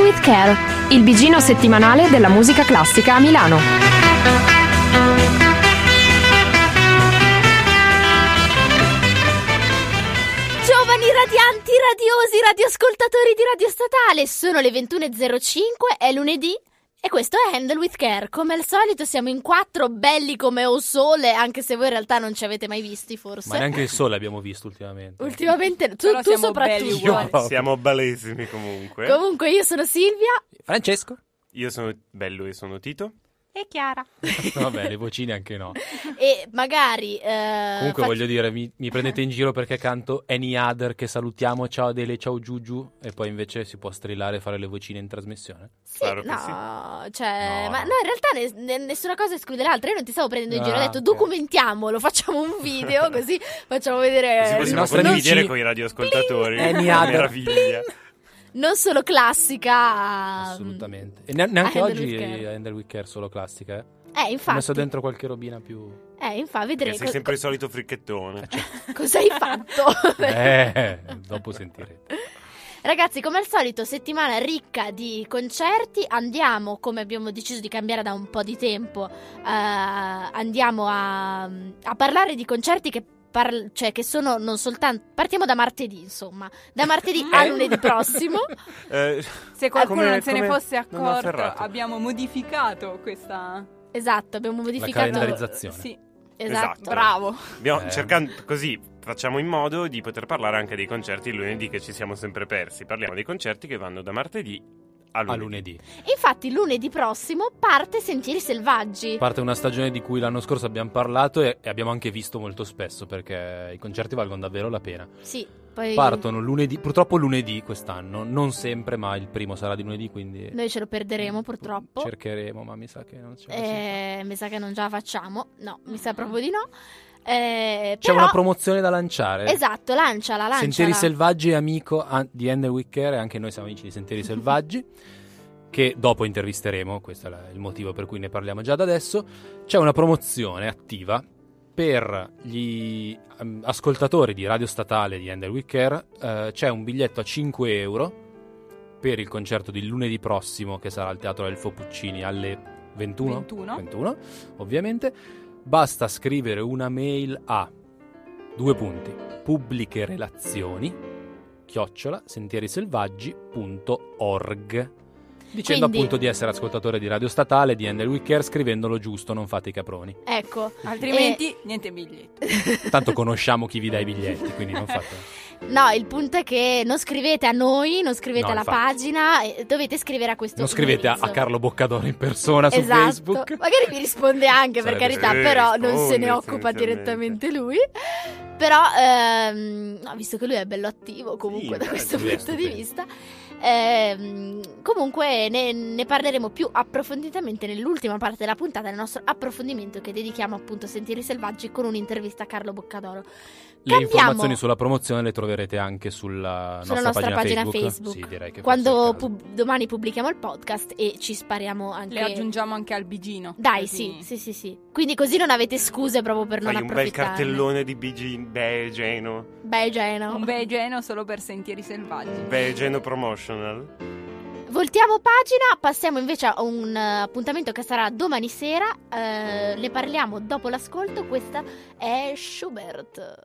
with Care, il bigino settimanale della musica classica a Milano. Giovani radianti, radiosi, radioascoltatori di Radio Statale, sono le 21.05, è lunedì e questo è Handle with Care. Come al solito siamo in 4, belli come o sole, anche se voi in realtà non ci avete mai visti forse. Ma neanche il sole abbiamo visto ultimamente. Ultimamente, tu soprattutto. Siamo bellissimi comunque. Comunque io sono Silvia. Francesco. Io sono Bello e sono Tito. E Chiara. Vabbè, le vocine anche no. E magari comunque voglio dire, mi prendete in giro perché canto Any Other, che salutiamo, ciao Adele, ciao Giugiu, e poi invece si può strillare e fare le vocine in trasmissione? Sì, Claro che no, sì. cioè, No, ma no. no, in realtà nessuna cosa esclude l'altra. Io non ti stavo prendendo in giro, ho detto ok. documentiamolo, facciamo un video così facciamo vedere Così possiamo nostri condividere amici. con i radioascoltatori. Any Che Other. meraviglia. non solo classica. Assolutamente. E neanche Handle oggi with Care. è Handle with Care solo classica, eh? Ho Infatti. messo dentro qualche robina più... Infatti, Che vedrei sei sempre il solito fricchettone. cosa hai fatto. Dopo sentirete. Ragazzi, come al solito, settimana ricca di concerti. Andiamo, come abbiamo deciso di cambiare da un po' di tempo, andiamo a parlare di concerti che cioè che sono non soltanto... Partiamo da martedì, insomma. Da martedì a lunedì prossimo. Se qualcuno come- non se ne come- fosse non ho accorto, afferrato. abbiamo modificato questa... Esatto, abbiamo modificato... calendarizzazione. Sì, Esatto. bravo. Abbiamo cercando così facciamo in modo di poter parlare anche dei concerti il lunedì che ci siamo sempre persi. Parliamo dei concerti che vanno da martedì a lunedì. A lunedì. Infatti lunedì prossimo parte Sentieri Selvaggi. Parte una stagione di cui l'anno scorso abbiamo parlato e abbiamo anche visto molto spesso, perché i concerti valgono davvero la pena. Sì, poi Partono lunedì, purtroppo lunedì quest'anno, non sempre, ma il primo sarà di lunedì, quindi noi ce lo perderemo purtroppo. cercheremo, ma mi sa che non ce la si fa. Mi sa che non ce la facciamo. No, mi sa proprio di no. C'è Però... una promozione da lanciare. Esatto, lanciala. Sentieri Selvaggi è amico di Handle with Care, e anche noi siamo amici di Sentieri Selvaggi, che dopo intervisteremo, questo è il motivo per cui ne parliamo già da adesso. C'è una promozione attiva per gli ascoltatori di Radio Statale di Handle with Care. C'è un biglietto a 5 euro per il concerto di lunedì prossimo, che sarà al Teatro Elfo Puccini alle 21, 21 ovviamente. Basta scrivere una mail a pubbliche relazioni @sentieriselvaggi.org, dicendo Quindi- appunto di essere ascoltatore di Radio Statale, di Handle with Care, scrivendolo giusto, non fate i caproni. Ecco, Altrimenti niente biglietto. Tanto conosciamo chi vi dà i biglietti, quindi non fate... no, il punto è che non scrivete a noi, non scrivete No, alla infatti. pagina, dovete scrivere a questo Non scrivete a indirizzo. Carlo Boccadoro in persona su Esatto. Facebook. Magari vi risponde anche, per Sarebbe- carità, Sì, però non se ne risponde occupa essenzialmente. direttamente lui. Però, no, visto che lui è bello attivo comunque da Sì, questo lui è punto di stupendo. vista, comunque ne parleremo più approfonditamente nell'ultima parte della puntata, nel nostro approfondimento che dedichiamo appunto a Sentieri Selvaggi con un'intervista a Carlo Boccadoro. Le informazioni sulla promozione le troverete anche sulla nostra pagina Facebook. Sì, direi che quando forse è il caso. domani pubblichiamo il podcast e ci spariamo anche... Le aggiungiamo anche al bigino. Dai, così. sì. Quindi così non avete scuse proprio per non Fai un bel approfittarne. cartellone di BG Begeno. Beh, Geno. Un bel geno solo per Sentieri Selvaggi. Begeno Promotional. Voltiamo pagina, passiamo invece a un appuntamento che sarà domani sera. Ne parliamo dopo l'ascolto. Questa è Schubert.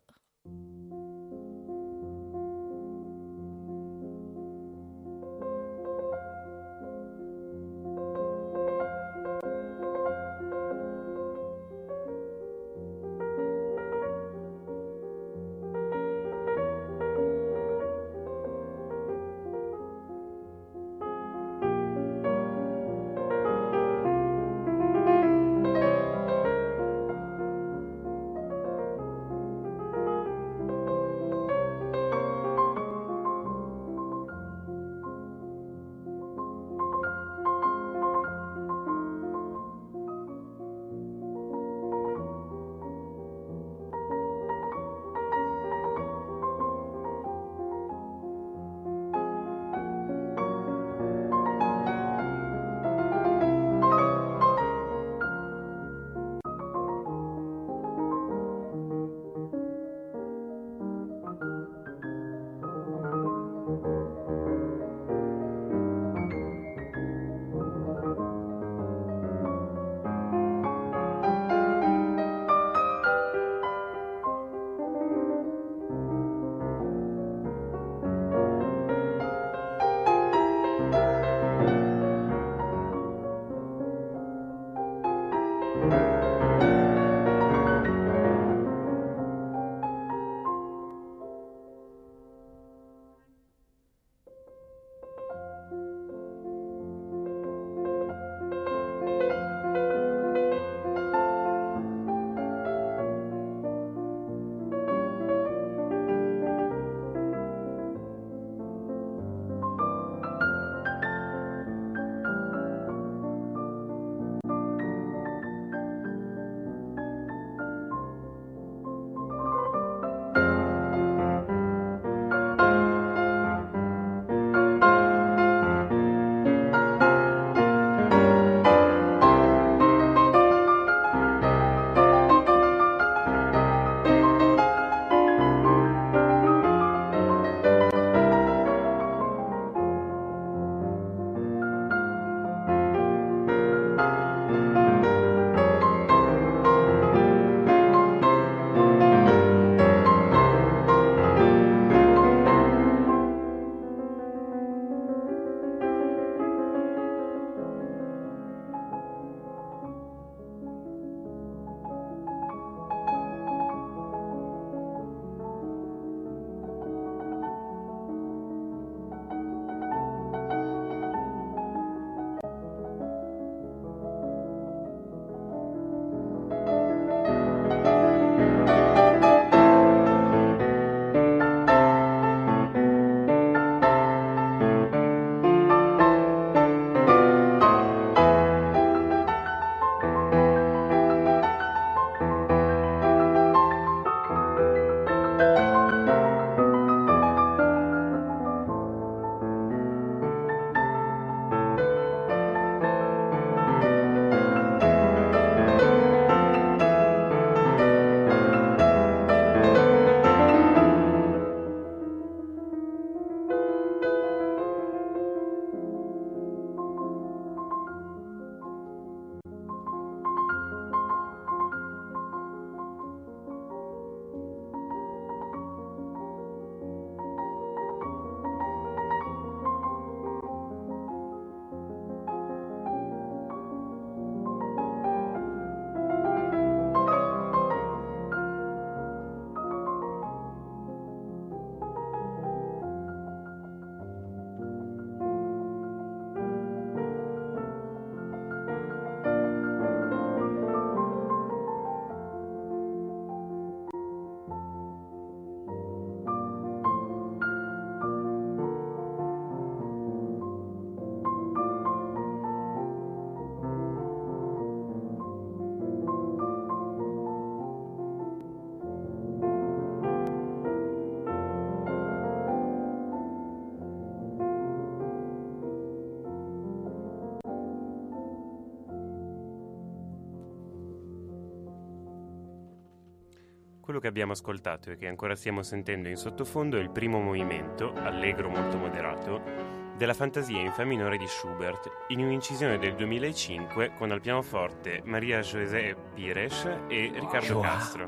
quello che abbiamo ascoltato e che ancora stiamo sentendo in sottofondo è il primo movimento, allegro molto moderato, della Fantasia in Fa minore di Schubert, in un'incisione del 2005 con al pianoforte Maria José Pires e Riccardo Castro.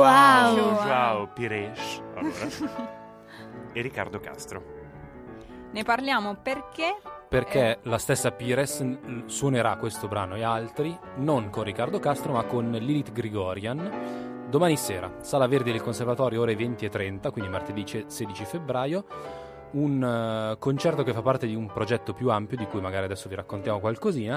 Joao Pires. Allora. E Riccardo Castro. Ne parliamo perché? Perché la stessa Pires suonerà questo brano e altri non con Riccardo Castro ma con Lilith Grigorian domani sera, Sala Verdi del Conservatorio, ore 20:30, quindi martedì 16 febbraio, un concerto che fa parte di un progetto più ampio di cui magari adesso vi raccontiamo qualcosina.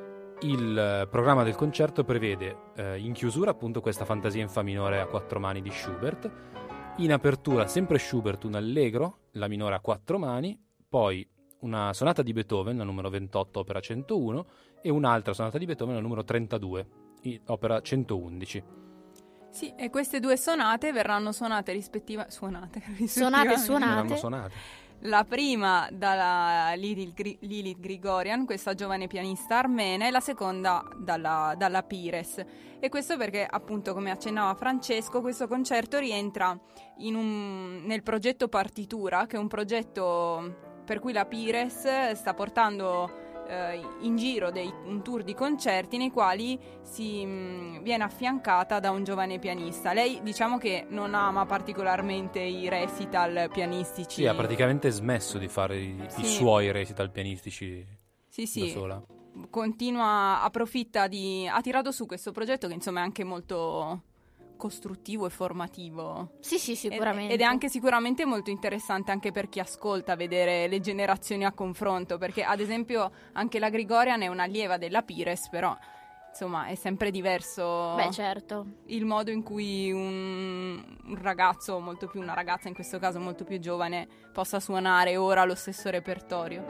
Il programma del concerto prevede in chiusura appunto questa Fantasia in Fa minore a 4 mani di Schubert, in apertura sempre Schubert un allegro, la minore a 4 mani, poi una sonata di Beethoven, la numero 28, opera 101, e un'altra sonata di Beethoven, la numero 32, opera 111. Sì, e queste due sonate verranno suonate rispettivamente. Suonate. La prima dalla Lilith Grigorian, questa giovane pianista armena, e la seconda dalla Pires. E questo perché, appunto, come accennava Francesco, questo concerto rientra nel progetto Partitura, che è un progetto per cui la Pires sta portando in giro un tour di concerti nei quali viene affiancata da un giovane pianista. Lei, diciamo che non ama particolarmente i recital pianistici. Sì, ha praticamente smesso di fare i suoi recital pianistici da sola. Continua, ha tirato su questo progetto che insomma è anche molto costruttivo e formativo. Sì, sicuramente. Ed è anche sicuramente molto interessante anche per chi ascolta vedere le generazioni a confronto, perché ad esempio anche la Grigorian è un'allieva della Pires, però insomma è sempre diverso. Beh, certo. Il modo in cui un ragazzo, una ragazza in questo caso molto più giovane, possa suonare ora lo stesso repertorio.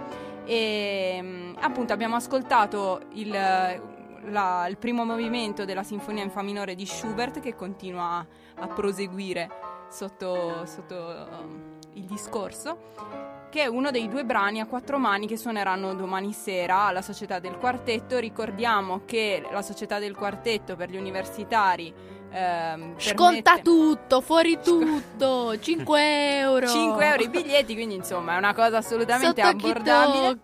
E appunto abbiamo ascoltato il primo movimento della Sinfonia in Fa minore di Schubert, che continua a proseguire sotto il discorso, che è uno dei 2 brani a 4 mani che suoneranno domani sera alla Società del Quartetto. Ricordiamo che la Società del Quartetto per gli universitari sconta tutto, fuori tutto, 5 euro 5 euro i biglietti, quindi insomma è una cosa assolutamente abbordabile.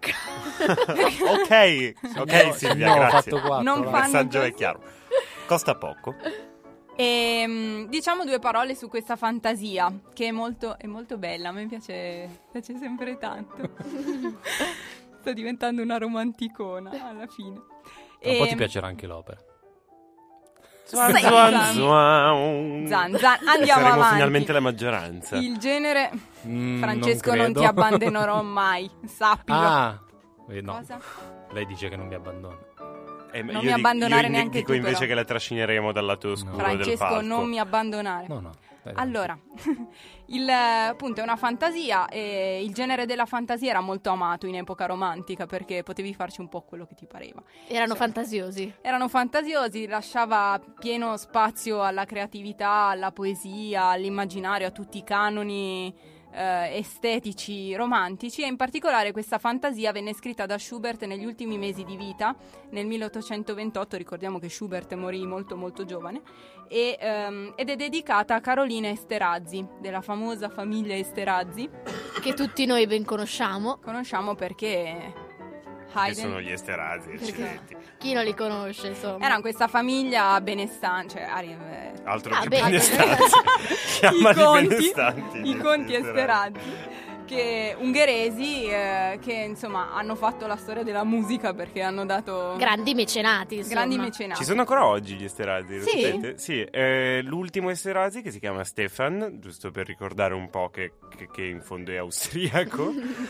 Ok Silvia, grazie. Non il messaggio è chiaro, costa poco. E diciamo 2 parole su questa fantasia che è molto bella, a me piace sempre tanto. Sto diventando una romanticona alla fine. Un po' ti piacerà anche l'opera. Zan, andiamo Saremo avanti. finalmente la maggioranza. Il genere Francesco, non ti abbandonerò mai, sappilo. No. Cosa? Lei dice che non mi abbandona. Non mi abbandonare neanche dico tu, invece però. che la trascineremo dal lato oscuro del Francesco, palco. non mi abbandonare. No. Allora, appunto è una fantasia, e il genere della fantasia era molto amato in epoca romantica perché potevi farci un po' quello che ti pareva. Erano fantasiosi, lasciava pieno spazio alla creatività, alla poesia, all'immaginario, a tutti i canoni estetici romantici, e in particolare questa fantasia venne scritta da Schubert negli ultimi mesi di vita, nel 1828. Ricordiamo che Schubert morì molto molto giovane, ed è dedicata a Carolina Esterhazy, della famosa famiglia Esterhazy, che tutti noi ben conosciamo perché Che Haydn, sono gli Esterhazy, accidenti. chi non li conosce, insomma. era questa famiglia benestante, Altro che beh. benestanti. Chiamali benestanti. i conti Esterhazy, che ungheresi, che insomma hanno fatto la storia della musica perché hanno dato grandi mecenati, insomma. grandi mecenati. Ci sono ancora oggi gli Esterhazy, lo Sì? sapete? Sì, l'ultimo Esterhazy, che si chiama Stefan, giusto per ricordare un po' che in fondo è austriaco.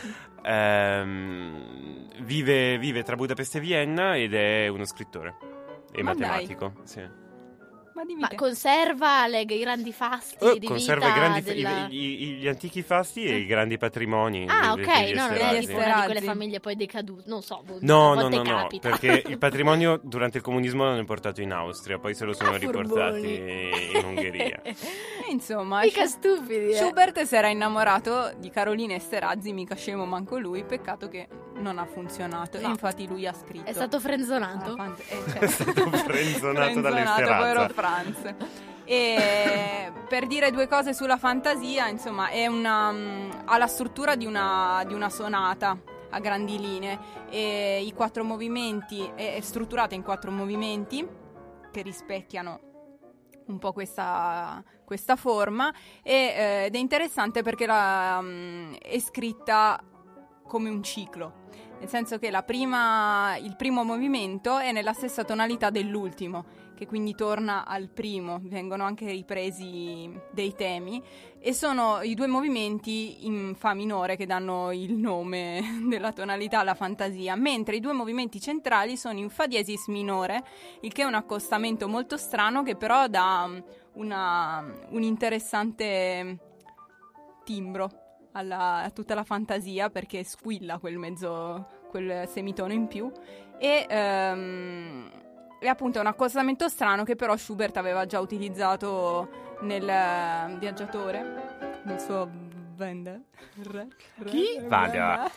Vive tra Budapest e Vienna ed è uno scrittore e Ma matematico. Sì. Ma dimmi Ma te. conserva i grandi fasti di Conserva vita gli antichi fasti e i grandi patrimoni. Ah, degli ok, no, non è Esterhazy. tipo una di quelle famiglie poi decadute, non so, No, a volte no, capita. perché il patrimonio durante il comunismo l'hanno portato in Austria, poi se lo sono riportati furboni. in Ungheria. Insomma, Mica stupidi, Schubert si era innamorato di Carolina Esterhazy, mica scemo manco lui, peccato che non ha funzionato. No. E infatti lui ha scritto. È stato frenzonato. Certo. È stato frenzonato dalle povero Esterhazy. Franz. E per dire due cose sulla fantasia, insomma, ha la struttura di una sonata a grandi linee, e i 4 movimenti è strutturata in 4 movimenti che rispecchiano un po' questa forma, ed è interessante perché è scritta come un ciclo, nel senso che il primo movimento è nella stessa tonalità dell'ultimo, che quindi torna al primo, vengono anche ripresi dei temi, e sono i 2 movimenti in fa minore che danno il nome della tonalità alla fantasia, mentre i 2 movimenti centrali sono in fa diesis minore, il che è un accostamento molto strano che però dà un interessante timbro a tutta la fantasia, perché squilla quel semitono in più, e è appunto un accostamento strano che però Schubert aveva già utilizzato nel Viaggiatore, nel suo Wender. Chi? Vada.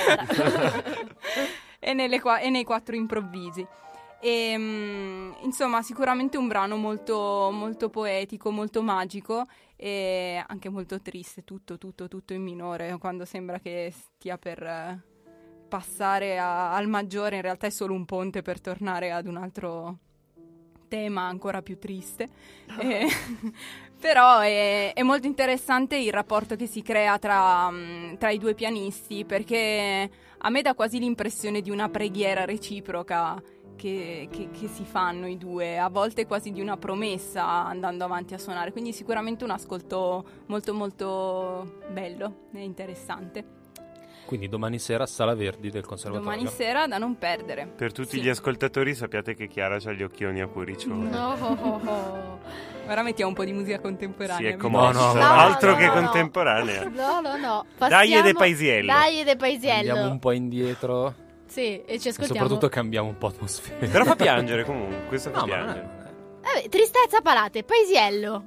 e nei 4 improvvisi. Insomma, sicuramente un brano molto, molto poetico, molto magico, e anche molto triste, tutto in minore, quando sembra che stia per passare al maggiore, in realtà è solo un ponte per tornare ad un altro tema ancora più triste. Però è molto interessante il rapporto che si crea tra i 2 pianisti, perché a me dà quasi l'impressione di una preghiera reciproca che si fanno i 2, a volte quasi di una promessa andando avanti a suonare, quindi sicuramente un ascolto molto molto bello e interessante. Quindi domani sera Sala Verdi del Conservatorio. Domani sera da non perdere. Per tutti gli ascoltatori, sappiate che Chiara ha gli occhioni a Puriccione. No. Ora mettiamo un po' di musica contemporanea. Si è commossa. No, Altro che no. contemporanea. No. Dai e de Paisiello. Andiamo un po' indietro. Sì, e ci E ascoltiamo. soprattutto cambiamo un po' atmosfera. Però fa piangere comunque, questo fa No, ma piangere. Vabbè, tristezza palate, Paisiello.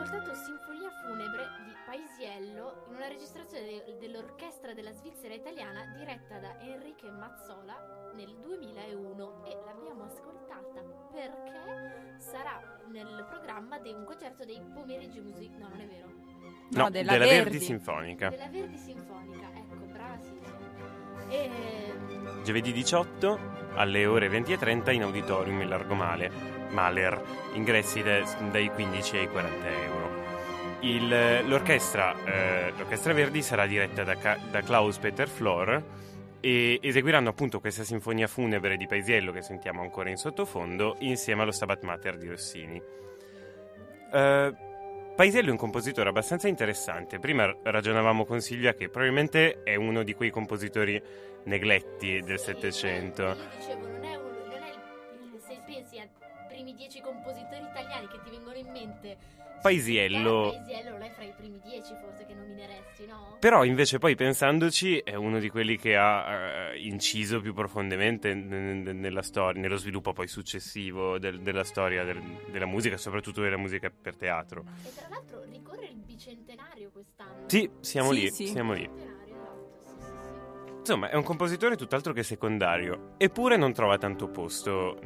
ascoltato Sinfonia funebre di Paisiello in una registrazione dell'orchestra della Svizzera italiana diretta da Enrique Mazzola nel 2001 e l'abbiamo ascoltata perché sarà nel programma di un concerto dei pomeriggi musicali. No, non è vero. No, della Verdi Sinfonica. Della Verdi Sinfonica, ecco, brava E... Giovedì 18 alle ore 20:30 in auditorium in Largo Mahler, ingressi dai 15 ai 40 euro. L'orchestra Verdi sarà diretta da Klaus Peter Flor e eseguiranno appunto questa sinfonia funebre di Paisiello che sentiamo ancora in sottofondo insieme allo Stabat Mater di Rossini. Paisiello è un compositore abbastanza interessante. Prima ragionavamo con Silvia che probabilmente è uno di quei compositori negletti del Settecento. Io dicevo, non è se pensi ai primi 10 compositori italiani che ti vengono in mente, Paisiello non è fra i primi 10 forse che nomineresti, no? Però invece poi pensandoci è uno di quelli che ha inciso più profondamente nella storia, nello sviluppo poi successivo della storia della musica, soprattutto della musica per teatro. E tra l'altro ricorre il bicentenario quest'anno. Sì, siamo Sì, lì, sì. siamo lì. Bicentenario, esatto, sì. Insomma, è un compositore tutt'altro che secondario, eppure non trova tanto posto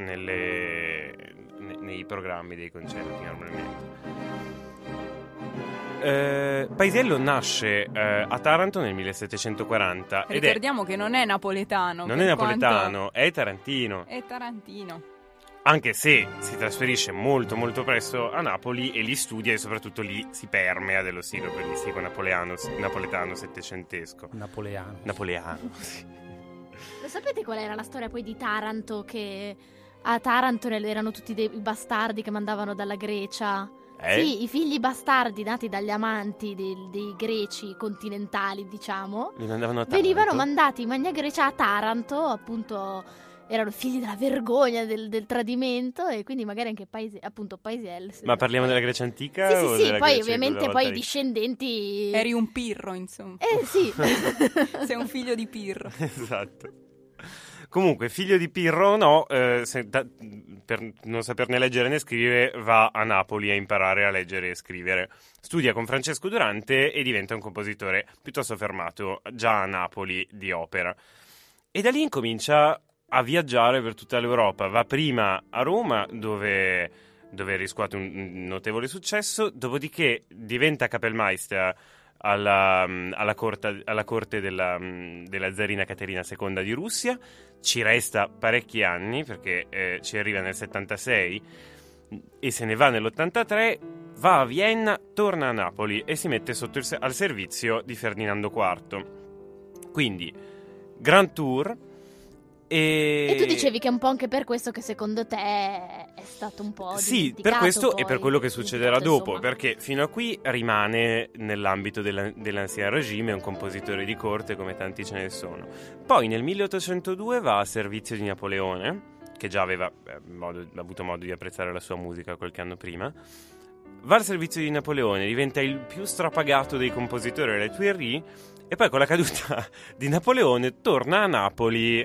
nei programmi dei concerti normalmente. Paisiello nasce a Taranto nel 1740 ed Ricordiamo che non è napoletano. non per è napoletano, quanto è tarantino. è tarantino. Anche se si trasferisce molto molto presto a Napoli e lì studia e soprattutto lì si permea dello stile operistico napoletano settecentesco. Napoleano, sì. Lo sapete qual era la storia poi di Taranto? Che a Taranto erano tutti dei bastardi che mandavano dalla Grecia. Sì, i figli bastardi nati dagli amanti dei greci continentali, diciamo, Li mandavano a Taranto. venivano mandati in Magna Grecia a Taranto, appunto, erano figli della vergogna, del tradimento, e quindi magari anche Paisiello. Ma parliamo della Grecia antica? Sì, o sì, della poi Grecia ovviamente quella poi volta i lì? discendenti... Eri un pirro, insomma. sì. Sei un figlio di pirro. Esatto. Comunque, figlio di Pirro, no, per non saperne leggere né scrivere, va a Napoli a imparare a leggere e scrivere. Studia con Francesco Durante e diventa un compositore piuttosto fermato già a Napoli di opera. E da lì incomincia a viaggiare per tutta l'Europa. Va prima a Roma, dove riscuote un notevole successo, dopodiché diventa Kapellmeister alla corte della zarina Caterina II di Russia. Ci resta parecchi anni perché ci arriva nel 76 e se ne va nell'83, va a Vienna, torna a Napoli e si mette al servizio di Ferdinando IV. Quindi Grand Tour. E tu dicevi che è un po' anche per questo che secondo te è stato un po' sì, dimenticato per questo poi, e per quello che succederà dimenticato, dopo, insomma. perché fino a qui rimane nell'ambito dell'Ancien Regime, è un compositore di corte come tanti ce ne sono. Poi nel 1802 va a servizio di Napoleone, che già aveva avuto modo di apprezzare la sua musica qualche anno prima. Va al servizio di Napoleone, diventa il più strapagato dei compositori delle Tuileries e poi con la caduta di Napoleone torna a Napoli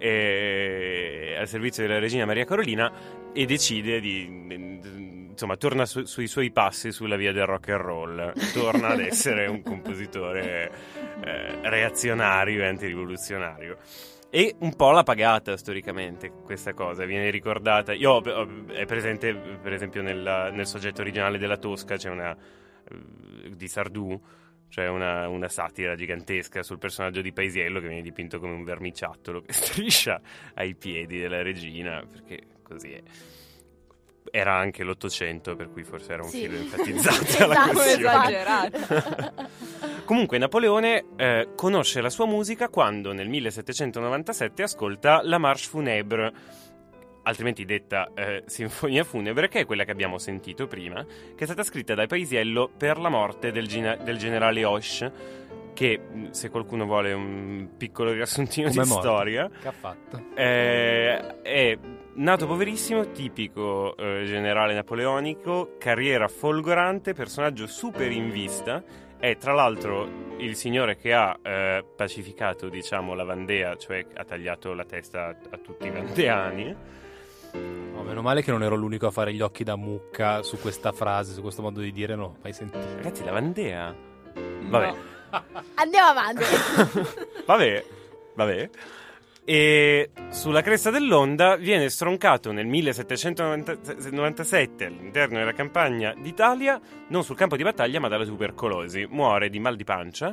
al servizio della regina Maria Carolina e decide insomma torna sui suoi passi sulla via del rock and roll, torna ad essere un compositore reazionario e antirivoluzionario. E un po' l'ha pagata storicamente questa cosa, viene ricordata. È presente per esempio nel soggetto originale della Tosca, c'è una di Sardou, cioè una satira gigantesca sul personaggio di Paisiello che viene dipinto come un vermiciattolo che striscia ai piedi della regina, perché così è. Era anche l'Ottocento, per cui forse era un Sì. filo enfatizzata la Esatto, questione. Esagerato. Comunque Napoleone conosce la sua musica quando nel 1797 ascolta la Marche Funèbre, altrimenti detta Sinfonia Funebre, che è quella che abbiamo sentito prima, che è stata scritta da Paisiello per la morte del generale Hoche, che se qualcuno vuole un piccolo riassuntino Come di è morto? storia, Che ha fatto? è nato poverissimo, tipico generale napoleonico, carriera folgorante, personaggio super in vista. È tra l'altro il signore che ha pacificato, diciamo, la Vandea, cioè ha tagliato la testa a tutti i vandeani. meno male che non ero l'unico a fare gli occhi da mucca su questa frase, su questo modo di dire, no, fai sentire. Ragazzi, Lavandea. Vabbè. No. Andiamo avanti. Vabbè. E sulla cresta dell'onda viene stroncato nel 1797 all'interno della campagna d'Italia, non sul campo di battaglia ma dalla tubercolosi. Muore di mal di pancia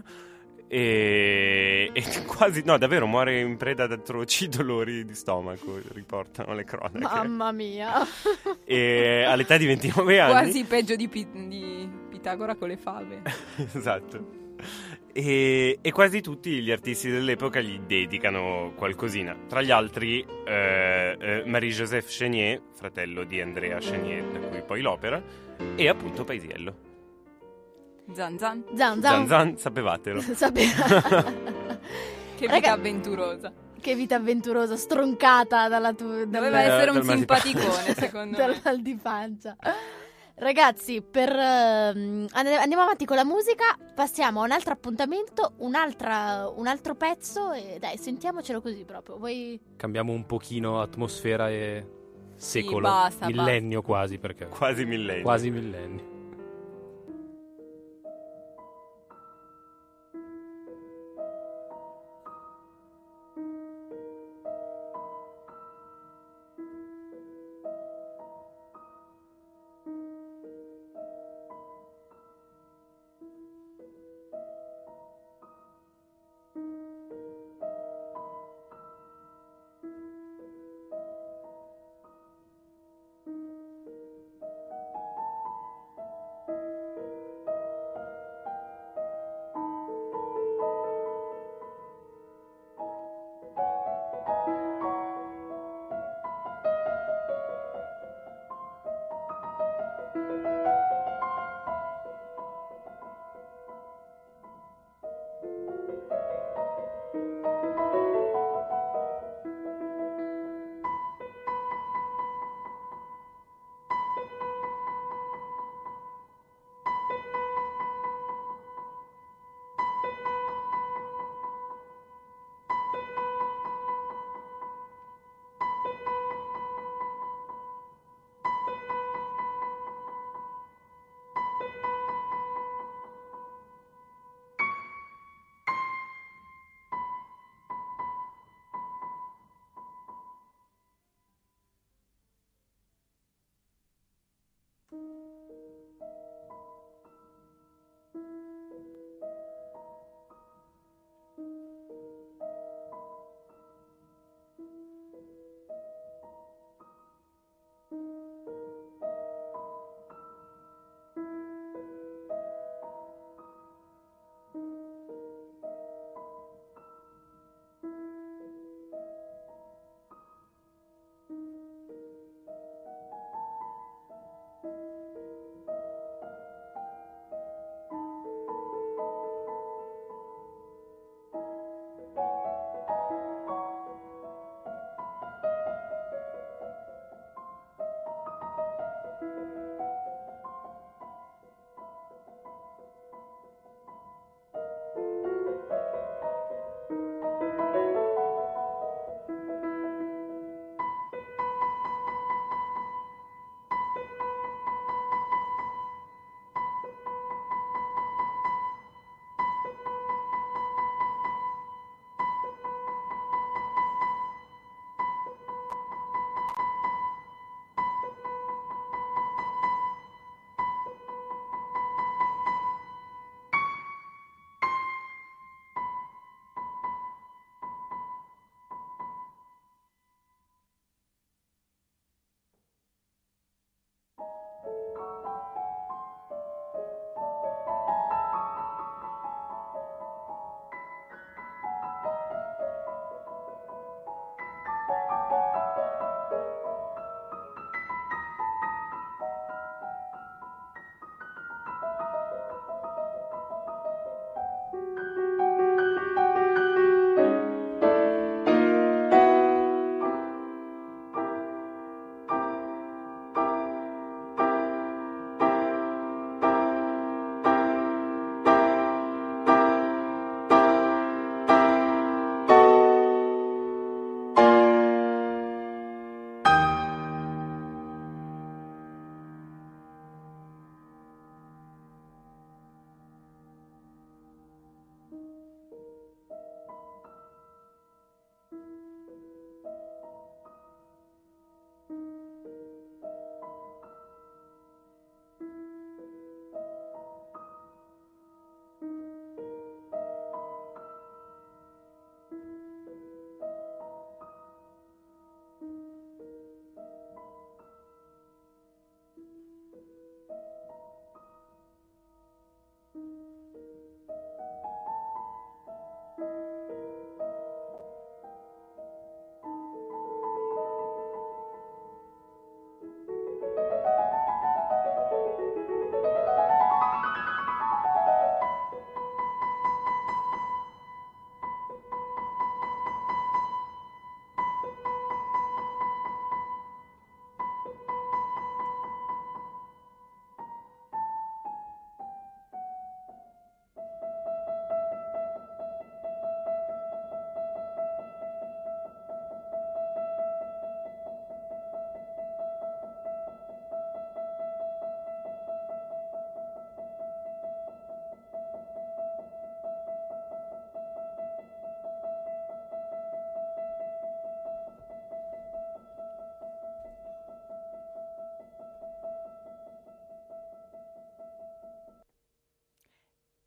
e quasi, no, davvero muore in preda ad atroci dolori di stomaco, riportano le cronache. Mamma mia. E all'età di 29 anni. Quasi peggio di Pitagora con le fave. Esatto. E quasi tutti gli artisti dell'epoca gli dedicano qualcosina. Tra gli altri Marie-Joseph Chénier, fratello di Andrea Chénier, da cui poi l'opera, e appunto Paisiello. Zan zan. Zan Zan zan. zan, sapevatelo. Che vita avventurosa. Che vita avventurosa, stroncata Doveva essere un dal mal di simpaticone, secondo dal me. mal di pancia. Ragazzi, andiamo avanti con la musica, passiamo a un altro appuntamento, un altro pezzo e dai, sentiamocelo così proprio. Voi... Cambiamo un pochino atmosfera e secolo, basta, millennio quasi, perché Quasi millennio. quasi millennio.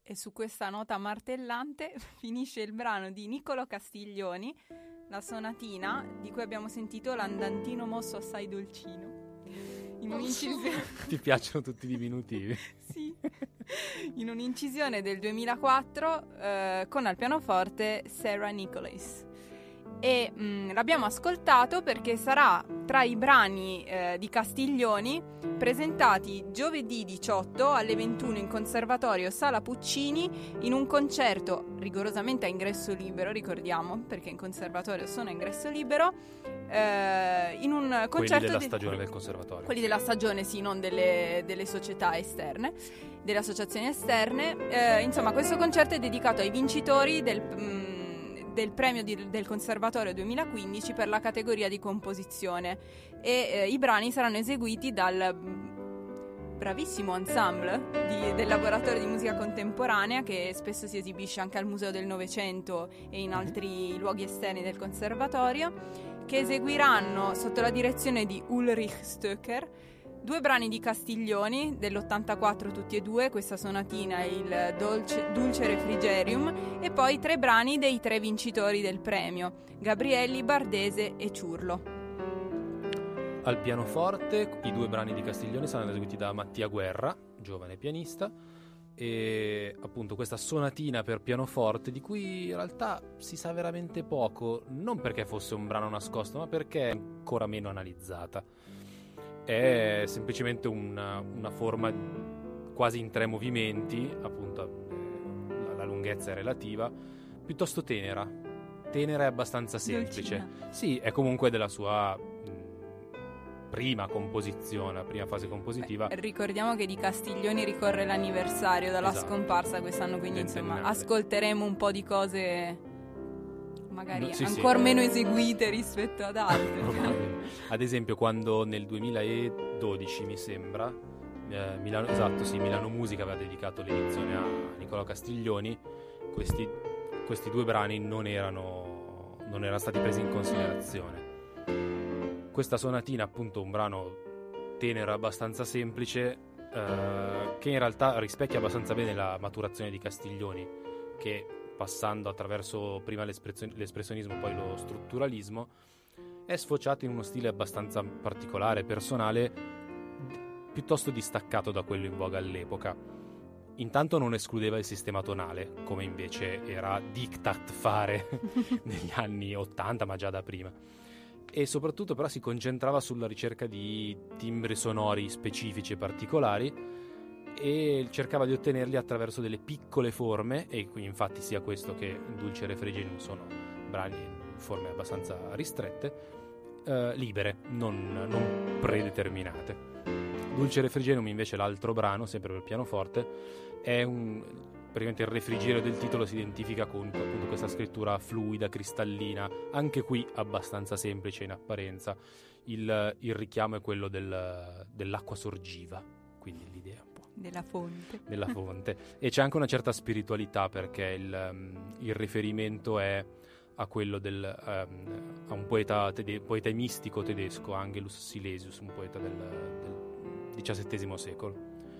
E su questa nota martellante finisce il brano di Niccolò Castiglioni, la sonatina di cui abbiamo sentito l'andantino mosso assai dolcino. In un'incisione... Ti piacciono tutti i diminutivi? Sì. In un'incisione del 2004 con al pianoforte Sarah Nicholas. E l'abbiamo ascoltato perché sarà tra i brani di Castiglioni presentati giovedì 18 alle 21 in Conservatorio Sala Puccini in un concerto rigorosamente a ingresso libero, ricordiamo, perché in conservatorio sono a ingresso libero, in un concerto quelli della stagione del conservatorio. Quelli della stagione, sì, non delle società esterne, delle associazioni esterne. Insomma, questo concerto è dedicato ai vincitori del premio del Conservatorio 2015 per la categoria di composizione e i brani saranno eseguiti dal bravissimo ensemble del Laboratorio di Musica Contemporanea, che spesso si esibisce anche al Museo del Novecento e in altri luoghi esterni del Conservatorio, che eseguiranno sotto la direzione di Ulrich Stöcker 2 brani di Castiglioni dell'84 tutti e due, questa sonatina il Dulce Refrigerium, e poi 3 brani dei 3 vincitori del premio, Gabrielli, Bardese e Ciurlo. Al pianoforte i 2 brani di Castiglioni saranno eseguiti da Mattia Guerra, giovane pianista, e appunto questa sonatina per pianoforte di cui in realtà si sa veramente poco, non perché fosse un brano nascosto, ma perché è ancora meno analizzata. È semplicemente una forma quasi in 3 movimenti, appunto la lunghezza è relativa, piuttosto tenera e abbastanza semplice. Dolcina. Sì, è comunque della sua prima composizione, la prima fase compositiva. Ricordiamo che di Castiglioni ricorre l'anniversario dalla Esatto. scomparsa quest'anno, quindi insomma Ventennale. ascolteremo un po' di cose magari Sì, ancora sì. meno eseguite rispetto ad altre. Ad esempio, quando nel 2012 mi sembra Milano Musica aveva dedicato l'edizione a Niccolò Castiglioni, questi 2 brani non erano stati presi in considerazione. Questa sonatina, appunto, un brano tenero abbastanza semplice, che in realtà rispecchia abbastanza bene la maturazione di Castiglioni, che passando attraverso prima l'espressionismo poi lo strutturalismo è sfociato in uno stile abbastanza particolare, personale, piuttosto distaccato da quello in voga all'epoca. Intanto non escludeva il sistema tonale, come invece era diktat fare negli anni 80, ma già da prima. E soprattutto però si concentrava sulla ricerca di timbri sonori specifici e particolari e cercava di ottenerli attraverso delle piccole forme, e qui infatti sia questo che Dulce Refrigerium sono brani in forme abbastanza ristrette, libere, non predeterminate. Dulce Refrigerium invece, l'altro brano, sempre per pianoforte, è praticamente il refrigerio del titolo si identifica con appunto questa scrittura fluida, cristallina, anche qui abbastanza semplice in apparenza. Il richiamo è quello dell'acqua sorgiva, quindi l'idea un po' Della fonte. E c'è anche una certa spiritualità, perché il riferimento è a quello a un poeta mistico tedesco, Angelus Silesius, un poeta del XVII secolo.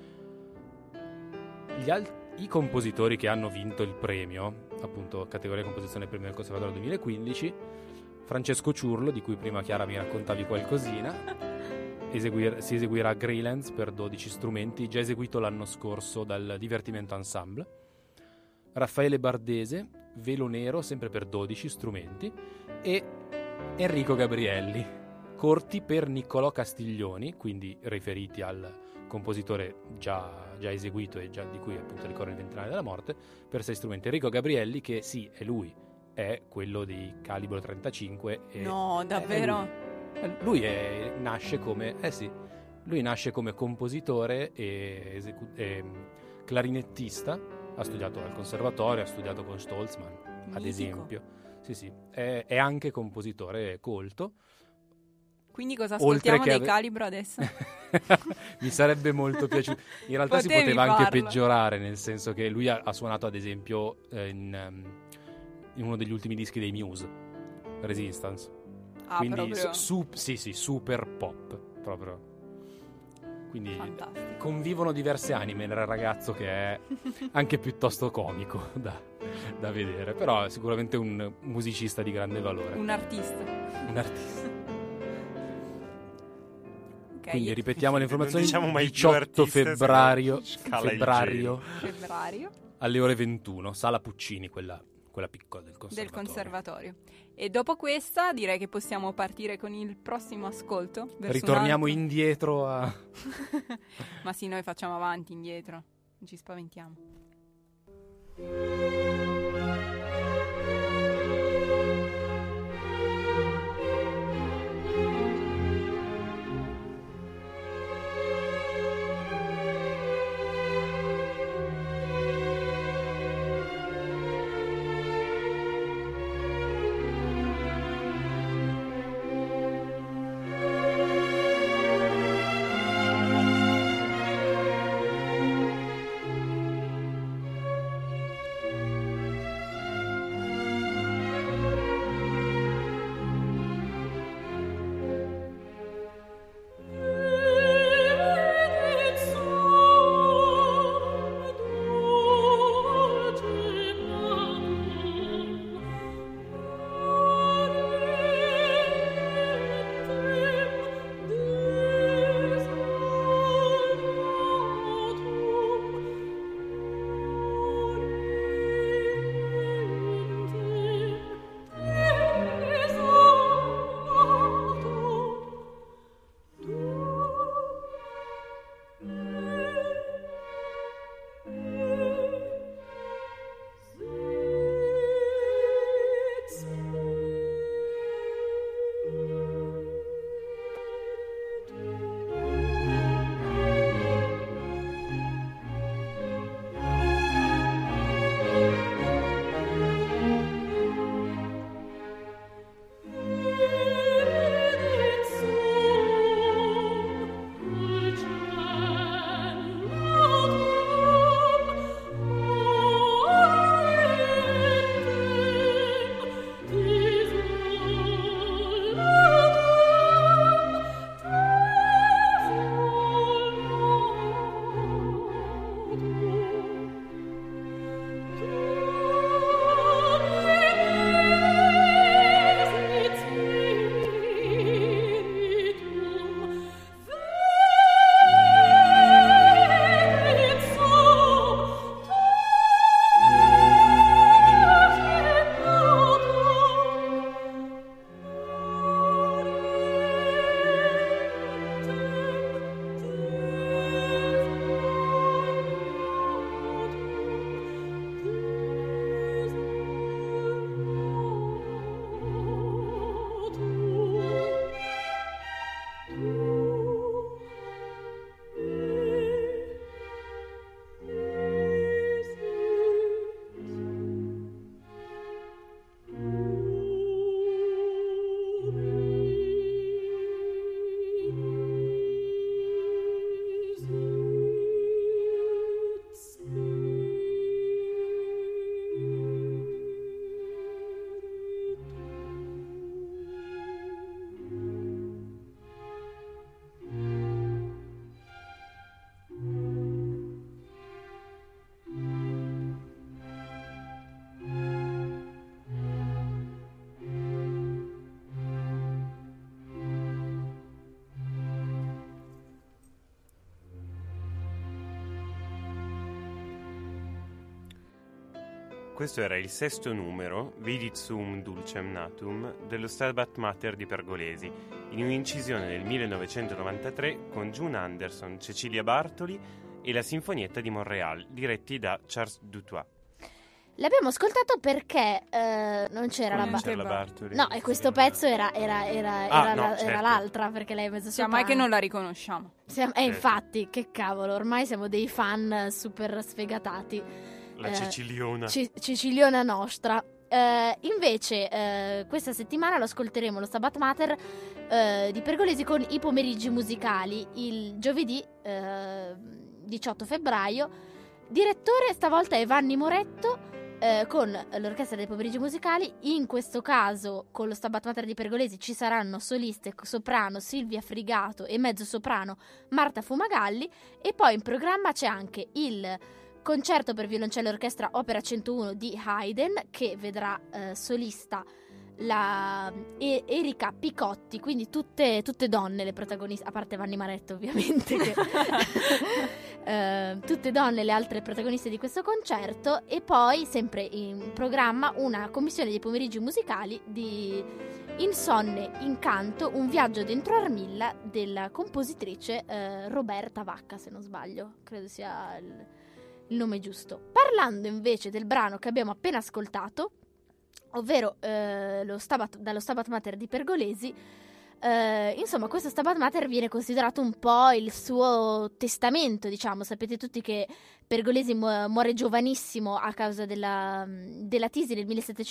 I compositori che hanno vinto il premio, appunto categoria composizione premio del Conservatorio 2015, Francesco Ciurlo, di cui prima Chiara mi raccontavi qualcosina, si eseguirà Greylands per 12 strumenti, già eseguito l'anno scorso dal Divertimento Ensemble. Raffaele Bardese, Velo Nero, sempre per 12 strumenti, e Enrico Gabrielli, corti per Niccolò Castiglioni, quindi riferiti al compositore già eseguito e già di cui appunto ricorre il ventennale della morte, per 6 strumenti. Enrico Gabrielli, che sì, è lui, è quello di Calibro 35. No, davvero? Lui nasce come compositore e clarinettista. Ha studiato al conservatorio, ha studiato con Stolzmann, ad Mitico. esempio. Sì, è anche compositore colto. Quindi cosa ascoltiamo dei Calibro adesso? Mi sarebbe molto piaciuto. In realtà Potevi si poteva anche farlo. peggiorare, nel senso che lui ha suonato ad esempio in uno degli ultimi dischi dei Muse, Resistance. Ah, Quindi proprio. sì, super pop proprio. Quindi Fantastico. convivono diverse anime nel ragazzo, che è anche piuttosto comico da vedere, però è sicuramente un musicista di grande valore. Un artista. Un artista. Ok, Quindi ripetiamo le informazioni: Non diciamo mai più 18 artista, febbraio, scala il febbraio alle ore 21, Sala Puccini, quella piccola del del conservatorio. conservatorio. E dopo questa direi che possiamo partire con il prossimo ascolto. verso Ritorniamo un altro. indietro a... Ma sì, noi facciamo avanti, indietro, non ci spaventiamo. Questo era il sesto numero, Vidit Sum Dulcem Natum, dello Stabat Mater di Pergolesi, in un'incisione del 1993 con June Anderson, Cecilia Bartoli e la Sinfonietta di Montréal, diretti da Charles Dutoit. L'abbiamo ascoltato perché non c'era Come la c'era la Bartoli? No, e questo pezzo era certo. l'altra, perché lei è mezzo Sia mai che non la riconosciamo. infatti, che cavolo, ormai siamo dei fan super sfegatati. La Ceciliona. Ceciliona nostra. Invece questa settimana lo ascolteremo, lo Stabat Mater di Pergolesi, con i pomeriggi musicali il giovedì 18 febbraio. Direttore stavolta è Vanni Moretto, con l'orchestra dei pomeriggi musicali. In questo caso con lo Stabat Mater di Pergolesi ci saranno soliste soprano Silvia Frigato e mezzo soprano Marta Fumagalli, e poi in programma c'è anche il concerto per violoncello e orchestra Opera 101 di Haydn, che vedrà solista la Erika Picotti, quindi tutte donne le protagoniste, a parte Vanni Maretto ovviamente che tutte donne le altre protagoniste di questo concerto. E poi sempre in programma una commissione dei pomeriggi musicali di Insonne Incanto, un viaggio dentro Armilla della compositrice Roberta Vacca, se non sbaglio, credo sia il nome giusto. Parlando invece del brano che abbiamo appena ascoltato, ovvero dallo Stabat Mater di Pergolesi, insomma questo Stabat Mater viene considerato un po' il suo testamento, diciamo. Sapete tutti che Pergolesi muore giovanissimo a causa della tisi nel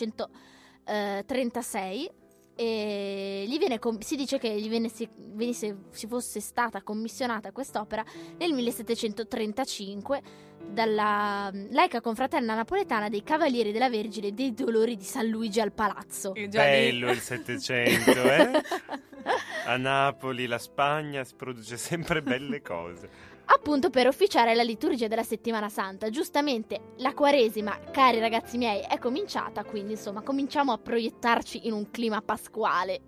1736, e si dice che si fosse stata commissionata quest'opera nel 1735 dalla laica confraternita napoletana dei Cavalieri della Vergine dei Dolori di San Luigi al Palazzo. Bello il Settecento, eh? A Napoli la Spagna produce sempre belle cose. Appunto per officiare la liturgia della Settimana Santa. Giustamente la Quaresima, cari ragazzi miei, è cominciata, quindi insomma cominciamo a proiettarci in un clima pasquale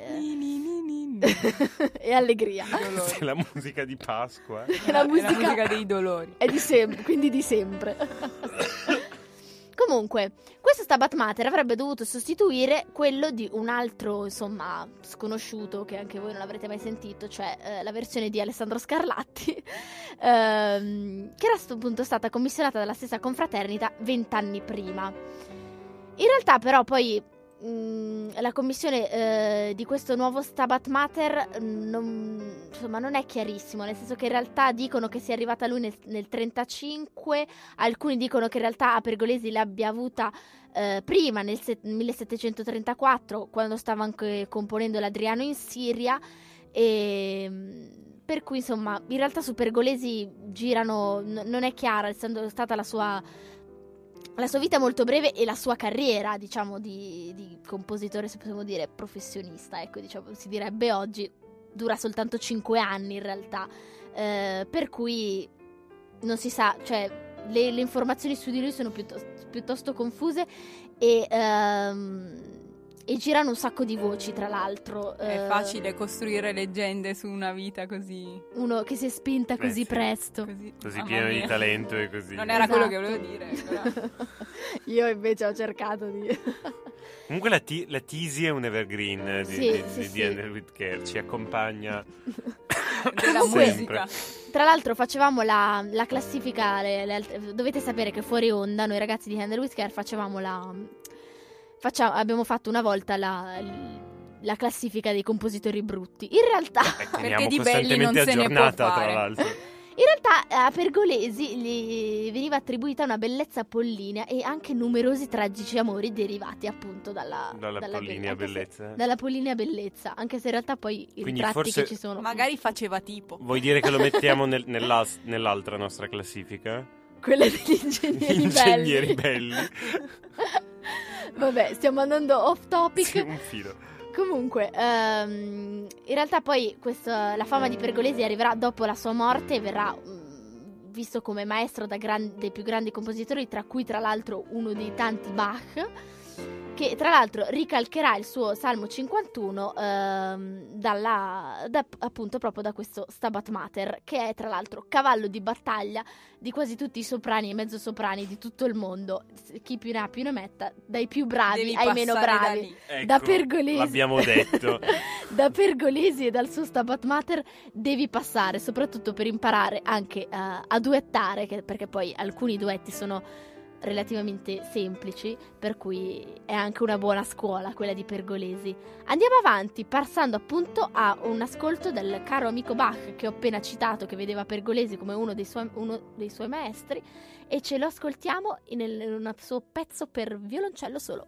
e allegria. È la musica di Pasqua. È la musica dei dolori. È di sempre, quindi di sempre. Comunque, questo Stabat Mater avrebbe dovuto sostituire quello di un altro, insomma, sconosciuto, che anche voi non avrete mai sentito, cioè la versione di Alessandro Scarlatti, che era appunto stata commissionata dalla stessa confraternita 20 anni prima. In realtà però poi la commissione di questo nuovo Stabat Mater non è chiarissimo, nel senso che in realtà dicono che sia arrivata lui nel 35, alcuni dicono che in realtà a Pergolesi l'abbia avuta prima, nel 1734, quando stava anche componendo l'Adriano in Siria, e per cui insomma in realtà su Pergolesi girano, non è chiara, essendo stata la sua vita molto breve e la sua carriera, diciamo, di compositore, se possiamo dire, professionista, ecco, diciamo, si direbbe oggi, dura soltanto 5 anni in realtà, per cui non si sa, cioè le informazioni su di lui sono piuttosto confuse e girano un sacco di voci, tra l'altro. È facile costruire leggende su una vita così. Uno che si è spinta così presto. Così pieno di talento e così. Non era quello che volevo dire. Però. Io invece ho cercato di... Comunque la tisi è un evergreen di Handle with Care, ci accompagna della musica. Tra l'altro facevamo la classifica, dovete sapere che fuori onda noi ragazzi di Handle with Care abbiamo fatto una volta la classifica dei compositori brutti. In realtà perché di belli non se ne può fare. Tra l'altro. In realtà a Pergolesi gli veniva attribuita una bellezza apollinea e anche numerosi tragici amori derivati appunto dalla apollinea bellezza. Dalla apollinea bellezza, anche se in realtà poi i quindi ritratti forse che ci sono... Magari faceva tipo. Vuoi dire che lo mettiamo nell'altra nostra classifica? Quella degli ingegneri belli. Vabbè, stiamo andando off topic. Sì, un filo. Comunque, in realtà poi la fama di Pergolesi arriverà dopo la sua morte e verrà visto come maestro dei più grandi compositori, tra cui tra l'altro uno dei tanti Bach, che tra l'altro ricalcherà il suo Salmo 51 appunto proprio da questo Stabat Mater, che è tra l'altro cavallo di battaglia di quasi tutti i soprani e mezzosoprani di tutto il mondo. Chi più ne ha più ne metta, dai più bravi Devi ai meno bravi. Da Ecco, Pergolesi, l'abbiamo detto. da Pergolesi e dal suo Stabat Mater devi passare, soprattutto per imparare anche a duettare, perché poi alcuni duetti sono relativamente semplici, per cui è anche una buona scuola quella di Pergolesi. Andiamo avanti passando appunto a un ascolto del caro amico Bach che ho appena citato, che vedeva Pergolesi come uno dei suoi maestri, e ce lo ascoltiamo in un suo pezzo per violoncello solo.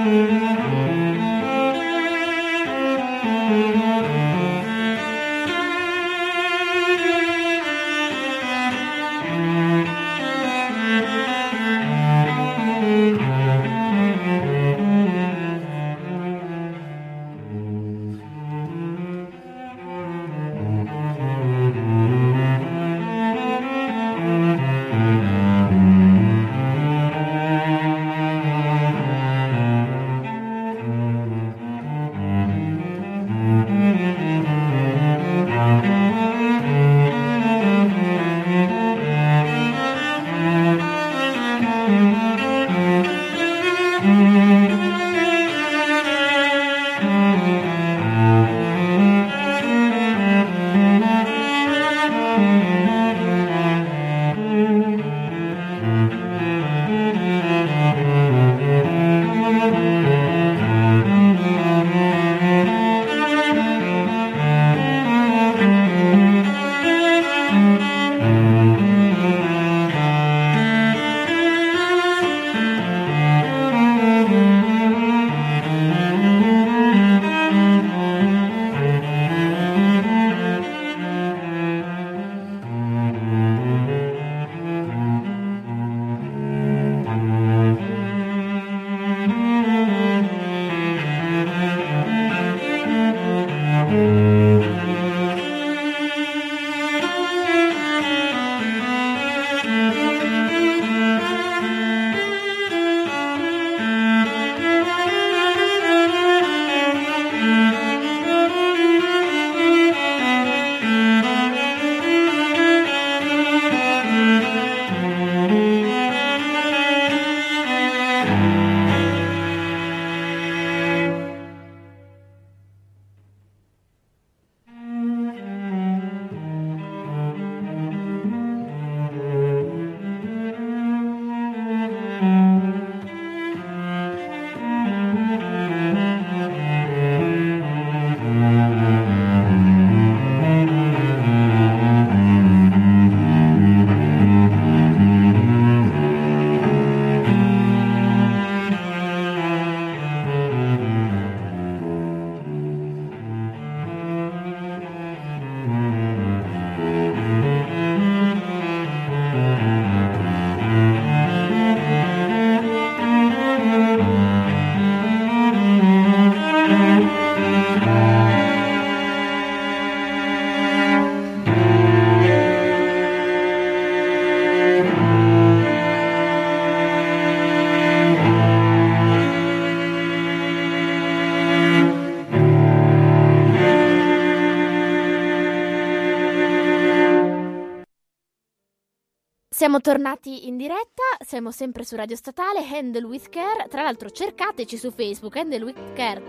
Siamo tornati in diretta, siamo sempre su Radio Statale, Handle with Care. Tra l'altro cercateci su Facebook, Handle with Care,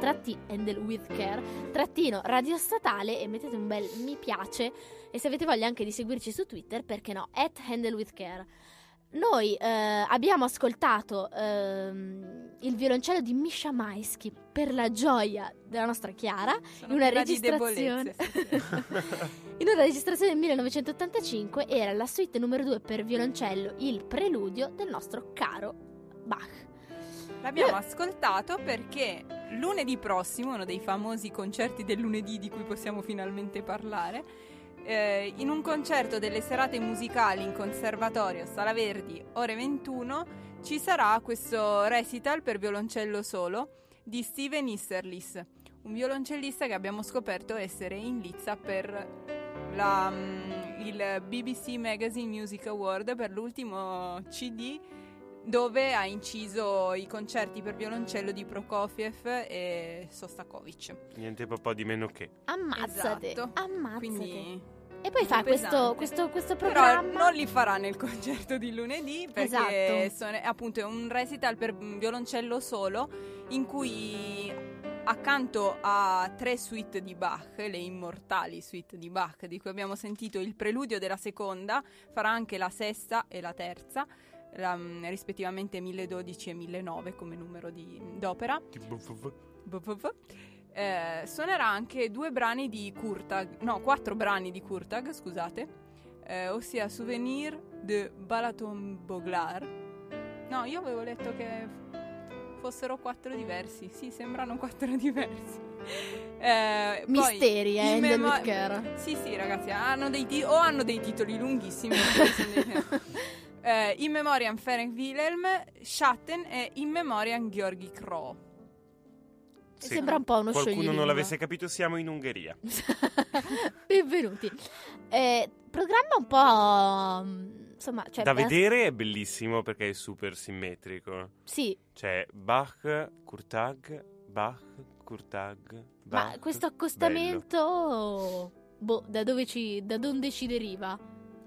trattino Radio Statale, e mettete un bel mi piace. E se avete voglia anche di seguirci su Twitter, perché no, @HandleWithCare. Noi abbiamo ascoltato il violoncello di Misha Maisky per la gioia della nostra Chiara in una registrazione in una registrazione del 1985. Era la suite numero 2 per violoncello, il preludio del nostro caro Bach. L'abbiamo ascoltato perché lunedì prossimo, uno dei famosi concerti del lunedì di cui possiamo finalmente parlare, in un concerto delle serate musicali in Conservatorio Sala Verdi, ore 21, ci sarà questo recital per violoncello solo di Steven Isserlis, un violoncellista che abbiamo scoperto essere in lizza per il BBC Magazine Music Award per l'ultimo CD, dove ha inciso i concerti per violoncello di Prokofiev e Sostakovich. Niente po' di meno che. Ammazzate, Esatto. ammazzate. Quindi E poi fa questo programma. Però non li farà nel concerto di lunedì, perché Esatto. appunto è un recital per violoncello solo, in cui accanto a 3 suite di Bach, le immortali suite di Bach di cui abbiamo sentito il preludio della seconda, farà anche la sesta e la terza, rispettivamente 1012 e 1009 come numero d'opera. Suonerà anche 4 brani di Kurtag, scusate, ossia Souvenir de Balaton Boglar. No, io avevo letto che fossero 4 diversi. Sì, sembrano 4 diversi. Misteri, poi, Handel with Care. Sì, ragazzi, hanno dei titoli lunghissimi. In Memoriam Ferenc Wilhelm Schatten e In Memoriam Georgi Crow. Sì. Sembra un po' uno Qualcuno scioglilingua. non l'avesse capito, siamo in Ungheria. Benvenuti. Programma un po'... insomma, cioè, Da vedere è bellissimo perché è super simmetrico. Sì, C'è Bach, Kurtag, Bach, Kurtag, Bach. ma questo accostamento... da dove ci deriva?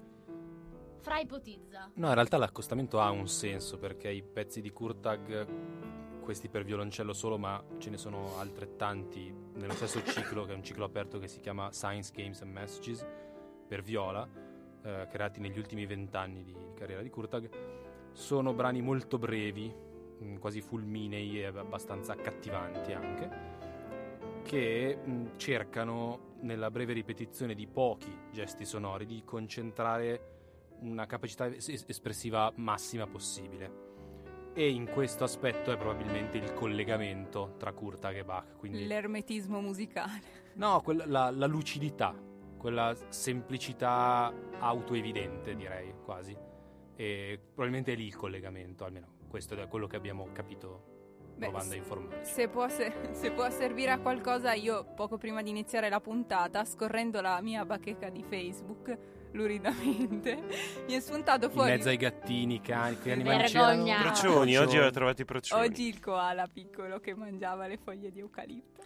Fra ipotizza. No, in realtà l'accostamento ha un senso perché i pezzi di Kurtag, questi per violoncello solo, ma ce ne sono altrettanti nello stesso ciclo, che è un ciclo aperto che si chiama Science, Games and Messages, per viola, creati negli ultimi 20 anni di carriera di Kurtag. Sono brani molto brevi, quasi fulminei e abbastanza accattivanti anche, che cercano nella breve ripetizione di pochi gesti sonori di concentrare una capacità espressiva massima possibile. E in questo aspetto è probabilmente il collegamento tra Kurtag e Bach, quindi L'ermetismo musicale. no, la lucidità, quella semplicità autoevidente, direi quasi, e probabilmente è lì il collegamento, almeno questo è quello che abbiamo capito provando a informarci. Se può servire a qualcosa, io poco prima di iniziare la puntata, scorrendo la mia bacheca di Facebook luridamente, mi è spuntato fuori In mezzo ai gattini, cani, che animali Vergogna. c'erano? Procioni, oggi ho trovato i procioni. oggi il koala piccolo che mangiava le foglie di eucalipto.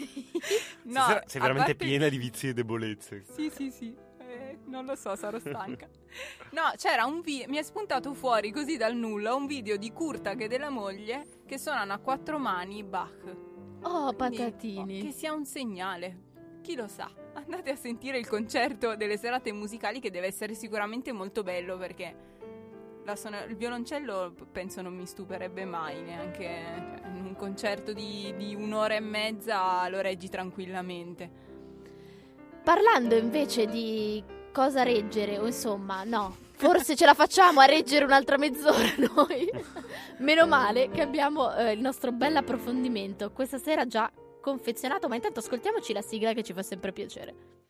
Sei veramente a parte- piena di vizi e debolezze. Sì. Non lo so, sarò stanca. No, c'era mi è spuntato fuori così dal nulla un video di Kurtag e della moglie che suonano a 4 mani Bach. Oh, Quindi, patatini. che sia un segnale. Chi lo sa? Andate a sentire il concerto delle serate musicali, che deve essere sicuramente molto bello, perché il violoncello penso non mi stupirebbe mai, neanche in un concerto di 1 ora e mezza lo reggi tranquillamente. Parlando invece di cosa reggere, o insomma, no, forse ce la facciamo a reggere un'altra mezz'ora noi. Meno male che abbiamo il nostro bel approfondimento questa sera già confezionato, ma intanto ascoltiamoci la sigla che ci fa sempre piacere.